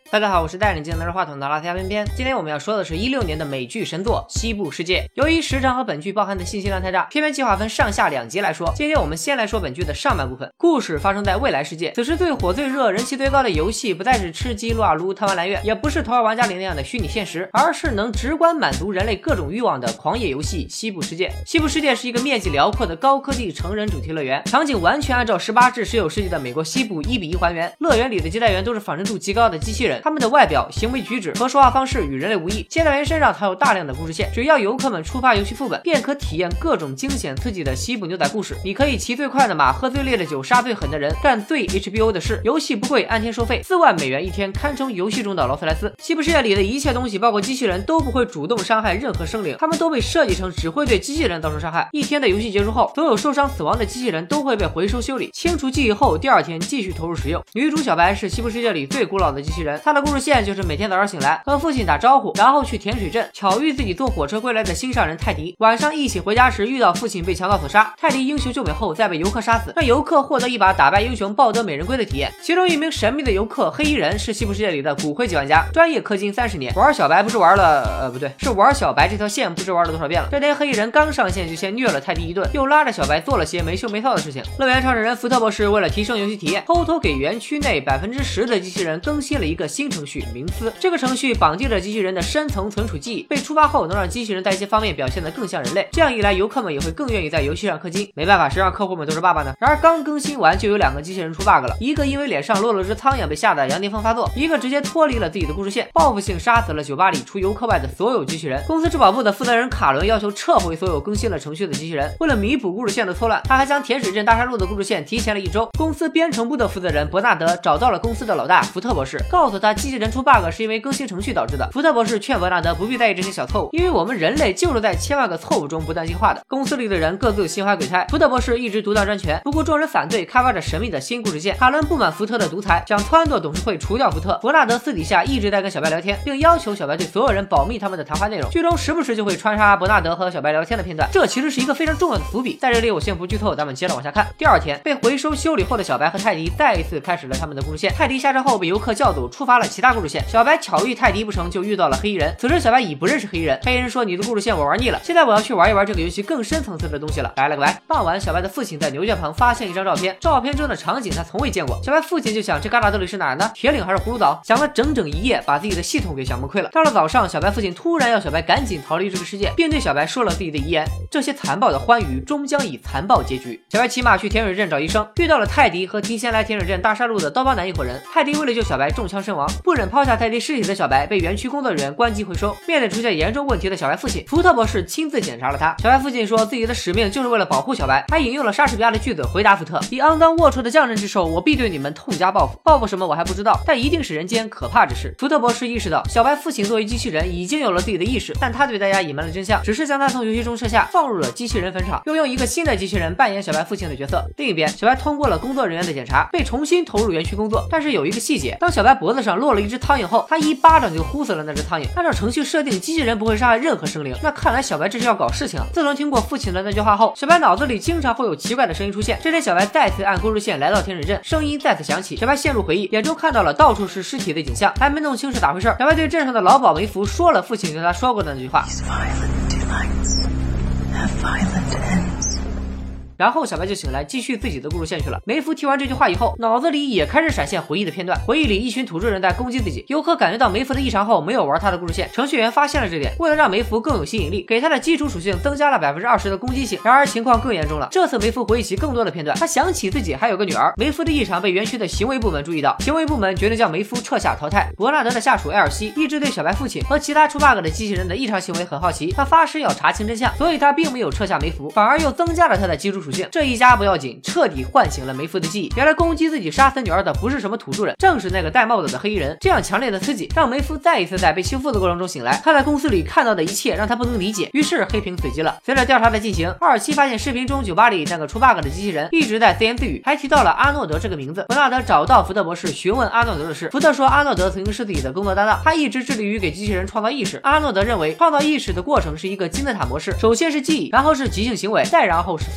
大家好，我是带领镜拿着话筒的拉斯加偏偏。今天我们要说的是16年的美剧神作《西部世界》。由于时长和本剧包含的信息量太大，偏偏计划分上下2集来说。今天我们先来说本剧的上半部分。故事发生在未来世界，此时最火最热、人气最高的游戏不再是吃鸡、撸啊撸、贪玩蓝月，也不是头号玩家里那样的虚拟现实，而是能直观满足人类各种欲望的狂野游戏《西部世界》。西部世界是一个面积辽阔的高科技成人主题乐园，场景完全按照18至19世纪的美国西部1:1还原。乐园里的接待员都是仿真度极高的机器人，他们的外表、行为举止和说话方式与人类无异。接待员身上藏有大量的故事线，只要游客们触发游戏副本，便可体验各种惊险刺激的西部牛仔故事。你可以骑最快的马，喝最烈的酒，杀最狠的人，干最 HBO 的事。游戏不贵，按天收费，4万美元一天，堪称游戏中的劳斯莱斯。西部世界里的一切东西，包括机器人，都不会主动伤害任何生灵，他们都被设计成只会对机器人造成伤害。一天的游戏结束后，所有受伤死亡的机器人都会被回收修理，清除记忆后，第2天继续投入使用。女主小白是西部世界里最古老的机器人，她的故事线就是每天早上醒来和父亲打招呼，然后去甜水镇巧遇自己坐火车归来的心上人泰迪，晚上一起回家时遇到父亲被强盗所杀，泰迪英雄救美后再被游客杀死，让游客获得一把打败英雄抱得美人归的体验。其中一名神秘的游客黑衣人是西部世界里的骨灰级玩家，专业氪金30年，玩小白不是玩了不对，是玩小白这条线不知玩了多少遍了。这天黑衣人刚上线就先虐了泰迪一顿，又拉着小白做了些没羞没臊的事情。乐园创始人福特博士为了提升游戏体验，偷偷给园区内10%的机器人更新了一个新程序冥思。这个程序绑定着机器人的深层存储记忆，被触发后能让机器人在一些方面表现得更像人类，这样一来游客们也会更愿意在游戏上氪金。没办法，谁让客户们都是爸爸呢？然而刚更新完就有2个机器人出 bug 了，一个因为脸上落了只苍蝇被吓得羊癫疯发作，一个直接脱离了自己的故事线，报复性杀死了酒吧里除游客外的所有机器人。公司质保部的负责人卡伦要求撤回所有更新了程序的机器人，为了弥补故事线的错乱，他还将甜水镇大杀戮的故事线提前了1周。公司编程部的负责人伯纳德找到了公司的老大福特博士，告诉他机器人出 bug 是因为更新程序导致的。福特博士劝伯纳德不必在意这些小错误，因为我们人类就是在千万个错误中不断进化的。公司里的人各自心怀鬼胎，福特博士一直独当专权，不顾众人反对，开发着神秘的新故事线。卡伦不满福特的独裁，想撺掇董事会除掉福特。伯纳德私底下一直在跟小白聊天，并要求小白对所有人保密他们的谈话内容，剧中时不时就会穿插伯纳德和小白聊天的片段，这其实是一个非常重要的伏笔。在这里我先不剧透，咱们接着往下看。第2天，被回收修理后的小白和泰迪再一次开始了他们的故事线。泰迪下车后被游客叫走，触发了其他故事线。小白巧遇泰迪不成就遇到了黑衣人，此时小白已不认识黑衣人。黑衣人说：“你的故事线我玩腻了，现在我要去玩一玩这个游戏更深层次的东西了。”拜了个拜。傍晚，小白的父亲在牛圈旁发现一张照片，照片中的场景他从未见过。小白父亲就想，这旮旯到底是哪儿呢？铁岭还是葫芦岛？想了整整1夜，把自己的系统给想崩溃了。到了早上，小白父亲突然要小白赶紧逃离这个世界，并对小白说了自己的遗言：这些残暴的欢愉终将以残暴结局。小白骑马去甜水镇找医生，遇到了泰迪和提前来甜水镇大杀戮的刀疤男一伙人。泰迪为了救小白中枪身亡，不忍抛下泰迪尸体的小白被园区工作人员关机回收。面对出现严重问题的小白父亲，福特博士亲自检查了他。小白父亲说自己的使命就是为了保护小白，还引用了莎士比亚的句子回答福特：以肮脏龌龊的匠人之手，我必对你们痛加报复。报复什么我还不知道，但一定是人间可怕之事。福特博士意识到小白父亲作为机器人已经有了自己的意识，但他对大家隐瞒了真相，只是将他从游戏中撤下，放入了机器人坟场，又用一个新的机器人扮演小白父亲的角色。另一边，小白通过了工作人员的检查，被重新投入园区工作。但是有一个细节，当小白脖子上落了一只苍蝇后，他一巴掌就呼死了那只苍蝇。按照程序设定，机器人不会杀害任何生灵，那看来小白这是要搞事情啊。自从听过父亲的那句话后，小白脑子里经常会有奇怪的声音出现。这天，小白再次按故事线来到甜水镇，声音再次响起，小白陷入回忆，眼中看到了到处是尸体的景象，还没弄清是咋回事。小白对镇上的老鸨梅福说了父亲对他说过的那句话。然后小白就醒来，继续自己的故事线去了。梅福提完这句话以后，脑子里也开始闪现回忆的片段。回忆里，一群土著人在攻击自己，游客感觉到梅福的异常后，没有玩他的故事线。程序员发现了这点，为了让梅福更有吸引力，给他的基础属性增加了20%的攻击性。然而情况更严重了，这次梅福回忆起更多的片段，他想起自己还有个女儿。梅福的异常被园区的行为部门注意到，行为部门决定将梅福撤下淘汰。伯纳德的下属艾尔西一直对小白父亲和其他出 bug 的机器人的异常行为很好奇，他发誓要查清真相，所以他并没有撤下梅福，反而又增加了他的基础属性。这一家不要紧，彻底唤醒了梅福的记忆。原来攻击自己杀死女儿的不是什么土著人，正是那个戴帽子的黑衣人。这样强烈的刺激让梅福再一次在被欺负的过程中醒来，他在公司里看到的一切让他不能理解，于是黑屏随机了。随着调查的进行，27发现视频中酒吧里那个出 bug 的机器人一直在自言自语，还提到了阿诺德这个名字。伯纳德找到福特博士询问阿诺德的事，福特说阿诺德曾经是自己的工作搭档，他一直致力于给机器人创造意识。阿诺德认为创造意识的过程是一个金字塔模式，首先是记忆，然后是即兴行为，再然后是私利。但是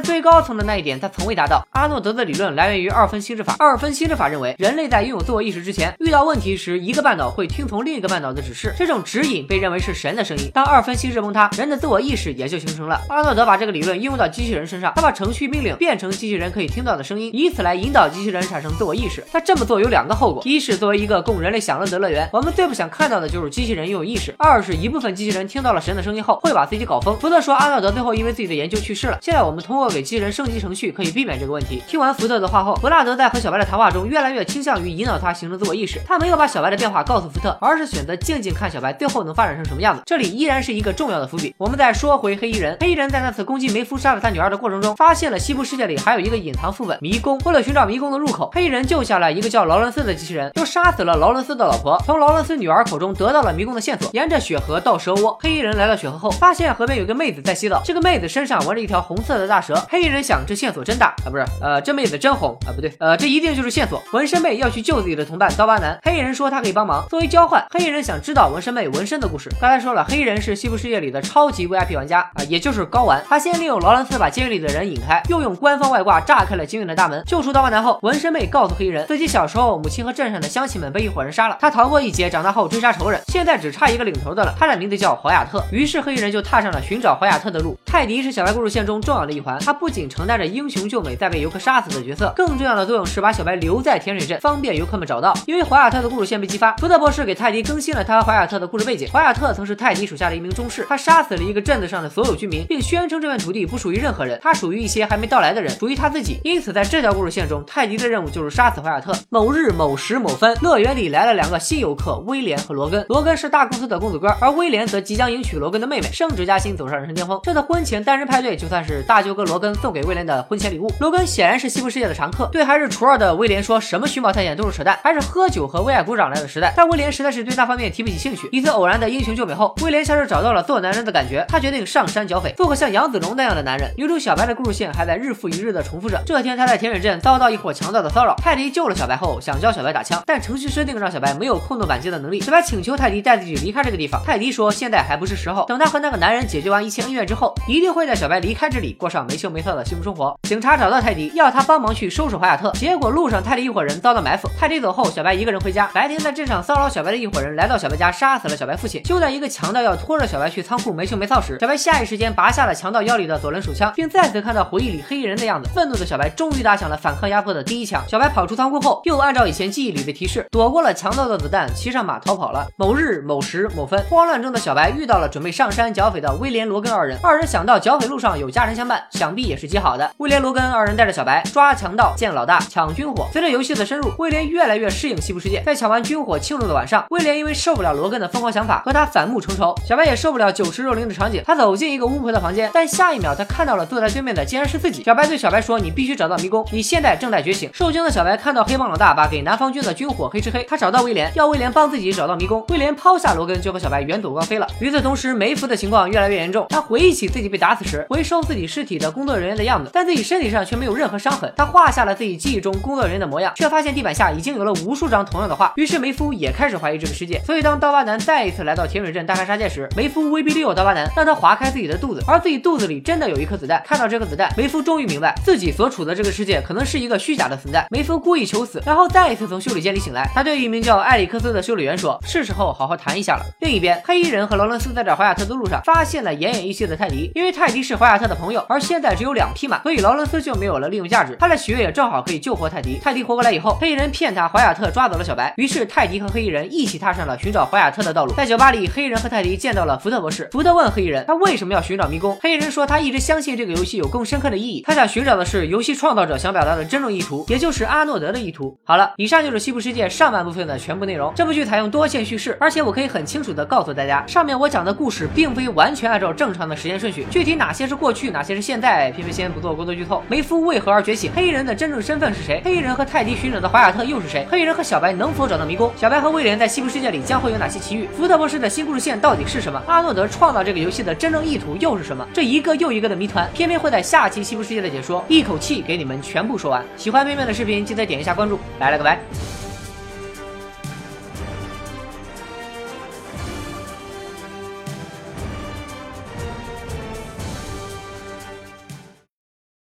最高层的那一点他从未达到。阿诺德的理论来源于二分心智法。二分心智法认为，人类在拥有自我意识之前，遇到问题时，一个半脑会听从另一个半脑的指示，这种指引被认为是神的声音。当二分心智崩塌，人的自我意识也就形成了。阿诺德把这个理论应用到机器人身上，他把程序命令变成机器人可以听到的声音，以此来引导机器人产生自我意识。他这么做有两个后果：一是作为一个供人类享乐的乐园，我们最不想看到的就是机器人拥有意识；二是一部分机器人听到了神的声音后，会把自己搞疯。福特说，阿诺德最后因为自己的研究去世了。现在我们通过给机器人升级程序可以避免这个问题。听完福特的话后，弗拉德在和小白的谈话中越来越倾向于引导他形成自我意识。他没有把小白的变化告诉福特，而是选择静静看小白最后能发展成什么样子。这里依然是一个重要的伏笔。我们再说回黑衣人，黑衣人在那次攻击梅夫杀了他女儿的过程中，发现了西部世界里还有一个隐藏副本迷宫。为了寻找迷宫的入口，黑衣人救下了一个叫劳伦斯的机器人，又杀死了劳伦斯的老婆，从劳伦斯女儿口中得到了迷宫的线索。沿着雪河到蛇窝，黑衣人来到雪河后，发现河边有个妹子在洗澡，这个妹子身上纹着一条红色的大蛇。黑衣人想，这线索真大啊，不是，这妹子真红啊，不对，这一定就是线索。纹身妹要去救自己的同伴刀疤男，黑衣人说他可以帮忙。作为交换，黑衣人想知道纹身妹纹身的故事。刚才说了，黑衣人是西部世界里的超级 VIP 玩家啊，也就是高玩。他先利用劳伦斯把监狱里的人引开，又用官方外挂炸开了监狱的大门。救出刀疤男后，纹身妹告诉黑衣人，自己小时候母亲和镇上的乡亲们被一伙人杀了，他逃过一劫，长大后追杀仇人，现在只差一个领头的了，他的名字叫怀亚特。于是黑衣人就踏上了寻找怀亚特的路。泰迪是小白故事线中重要的一环，他不仅承担着英雄救美再被游客杀死的角色，更重要的作用是把小白留在甜水镇，方便游客们找到。因为怀亚特的故事线被激发，福特博士给泰迪更新了他和怀亚特的故事背景。怀亚特曾是泰迪属下的一名中士，他杀死了一个镇子上的所有居民，并宣称这片土地不属于任何人，他属于一些还没到来的人，属于他自己。因此在这条故事线中，泰迪的任务就是杀死怀亚特。某日某时某分，乐园里来了两个新游客，威廉和罗根。罗根是大公司的公子哥，而威廉则即将迎娶罗根的妹妹，升职加薪，走上人生巅峰。这次婚前单人派对就算是大舅哥罗根送给威廉的婚前礼物。罗根显然是西部世界的常客，对还是初二的威廉说什么寻宝探险都是扯淡，还是喝酒和为爱鼓掌来的时代。但威廉实在是对那方面提不起兴趣。一次偶然的英雄救美后，威廉像是找到了做男人的感觉，他决定上山剿匪，做个像杨子荣那样的男人。女主小白的故事线还在日复一日的重复着。这天他在甜水镇遭到一伙强盗的骚扰，泰迪救了小白后想教小白打枪，但程序设定让小白没有控动扳机的能力。小白请求泰迪带自己离开这个地方，泰迪说现在还不是时候，等他和那个男人解决完一切恩怨之后，一定会带小白离开这里，过上没羞没臊的幸福生活。警察找到泰迪，要他帮忙去收拾怀亚特，结果路上泰迪一伙人遭到埋伏。泰迪走后，小白一个人回家。白天在镇上骚扰小白的一伙人来到小白家，杀死了小白父亲。就在一个强盗要拖着小白去仓库没羞没臊时，小白下意识间拔下了强盗腰里的左轮手枪，并再次看到回忆里黑衣人的样子。愤怒的小白终于打响了反抗压迫的第一枪。小白跑出仓库后，又按照以前记忆里的提示，躲过了强盗的子弹，骑上马逃跑了。某日某时某分，慌乱中的小白遇到了准备上山剿匪的威廉、罗根二人。二人想到剿匪路上有家人相伴，想必也是极好的。威廉、罗根二人带着小白抓强盗、见老大、抢军火。随着游戏的深入，威廉越来越适应西部世界。在抢完军火庆祝的晚上，威廉因为受不了罗根的疯狂想法，和他反目成仇。小白也受不了酒池肉林的场景，他走进一个巫婆的房间，但下一秒他看到了坐在对面的竟然是自己。小白对小白说：“你必须找到迷宫，你现在正在觉醒。”受惊的小白看到黑帮老大把给南方军的军火黑吃黑，他找到威廉，要威廉帮自己找到迷宫。威廉抛下罗根，就和小白远走高飞了。与此同时，梅芙的情况越来越严重。他回忆起自己被打死时回收自己尸体的工作人员的样子，但自己身体上却没有任何伤痕。他画下了自己记忆中工作人员的模样，却发现地板下已经有了无数张同样的画。于是梅芙也开始怀疑这个世界。所以当刀疤男再一次来到甜水镇大开杀戒时，梅芙威逼利诱刀疤男，让他划开自己的肚子，而自己肚子里真的有一颗子弹。看到这颗子弹，梅芙终于明白自己所处的这个世界可能是一个虚假的存在。梅芙故意求死，然后再一次从修理间里醒来。他对一名叫埃里克斯的修理员说：“是时候好好谈一下了。”另一边，黑衣人和劳伦斯在找怀亚特的路上发现了奄奄一息的泰迪。因为泰迪是怀亚特的朋友，而现在只有2匹马，所以劳伦斯就没有了利用价值。他的血也正好可以救活泰迪。泰迪活过来以后，黑衣人骗他怀亚特抓走了小白，于是泰迪和黑衣人一起踏上了寻找怀亚特的道路。在酒吧里，黑衣人和泰迪见到了福特博士。福特问黑衣人他为什么要寻找迷宫，黑衣人说他一直相信这个游戏有更深刻的意义，他想寻找的是游戏创造者想表达的真正意图，也就是阿诺德的意图。好了，以上就是西部世界上半部分的全部内容。这部剧采用多线叙事，而且我可以很清楚的告诉大家，上面我讲的故事并非完全按照正常的时间顺序，具体哪些是过去，哪些是现在，偏偏先不做过多剧透。梅芙为何而觉醒？黑衣人的真正身份是谁？黑衣人和泰迪寻找的怀亚特又是谁？黑衣人和小白能否找到迷宫？小白和威廉在西部世界里将会有哪些奇遇？福特博士的新故事线到底是什么？阿诺德创造这个游戏的真正意图又是什么？这一个又一个的谜团，偏偏会在下期西部世界的解说一口气给你们全部说完。喜欢妹妹的视频，记得点一下关注，来了个拜。